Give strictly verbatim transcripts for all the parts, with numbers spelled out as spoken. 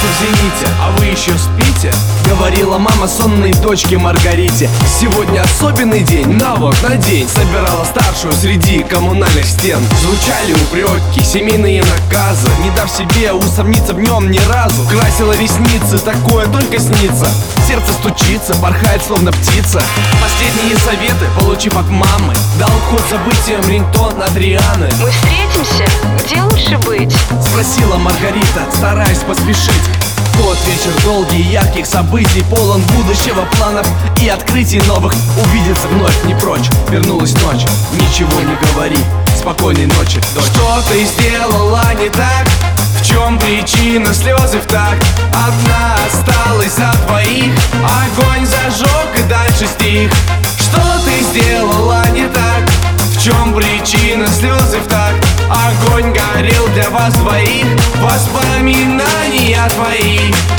солнце в зените, а вы еще спите? Говорила мама сонной дочке Маргарите. Сегодня особенный день, на вот, надень. Собирала старшую среди коммунальных стен. Звучали упреки, семейные наказы, не дав себе усомниться в нем ни разу. Красила ресницы, такое только снится. Сердце стучится, порхает словно птица. Последние советы, получив от мамы, дал ход событиям рингтон от Рианы. Мы встретимся? Где лучше быть? Спросила Маргарита, стараясь поспешить. Тот вечер долгий, ярких событий, полон будущего, планов и открытий новых. Увидеться вновь не прочь, вернулась ночь. Ничего не говори, спокойной ночи, дочь. Что ты сделала не так? В чем причина слезы в такт? Одна осталась за двоих, огонь зажег и дальше стих. Что ты сделала не так? В чем причина слезы в такт? Огонь горел для вас двоих, воспоминания твои.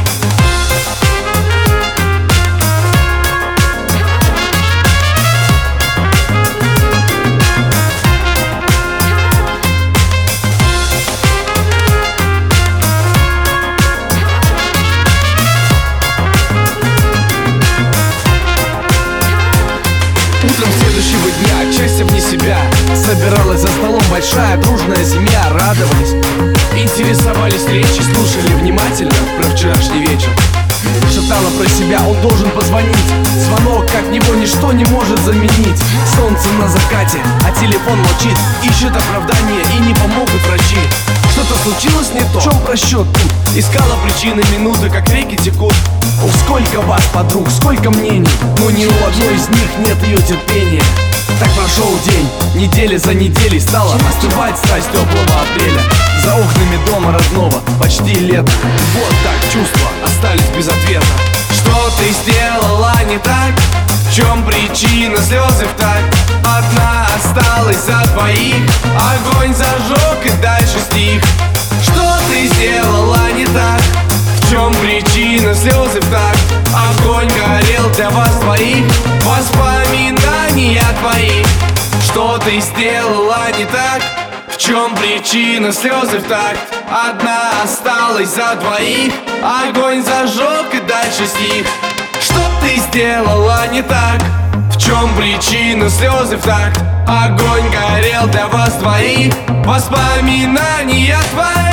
Утром следующего дня, к счастью вне себя, собиралась за столом большая дружная семья. Радовались, интересовались речи, слушали внимательно про вчерашний вечер. Шептала про себя, он должен позвонить. Звонок, как него ничто не может заменить. Солнце на закате, а телефон молчит. Ищет оправдание и не помогут врачи. Что-то случилось не то, в чем просчет тут? Искала причины, минуты, как реки текут. Ух, сколько вас, подруг, сколько мнений, но ни у одной из них нет ее терпения. Так прошел день, недели за неделей стала остывать страсть теплого апреля. За окнами дома родного почти лето. Вот так чувства остались без ответа. Что ты сделала не так? В чем причина слезы в такт? Одна осталась за двоих, огонь зажег и дальше стих. Что ты сделала не так? В чем причина слезы в такт? Огонь горел для вас двоих, воспоминания твои. Что ты сделала не так? В чем причина слезы в такт? Одна осталась за двоих, огонь зажег и дальше стих. Что ты сделала не так? В чем причина слезы в такт? Огонь горел для вас двоих, воспоминания твои.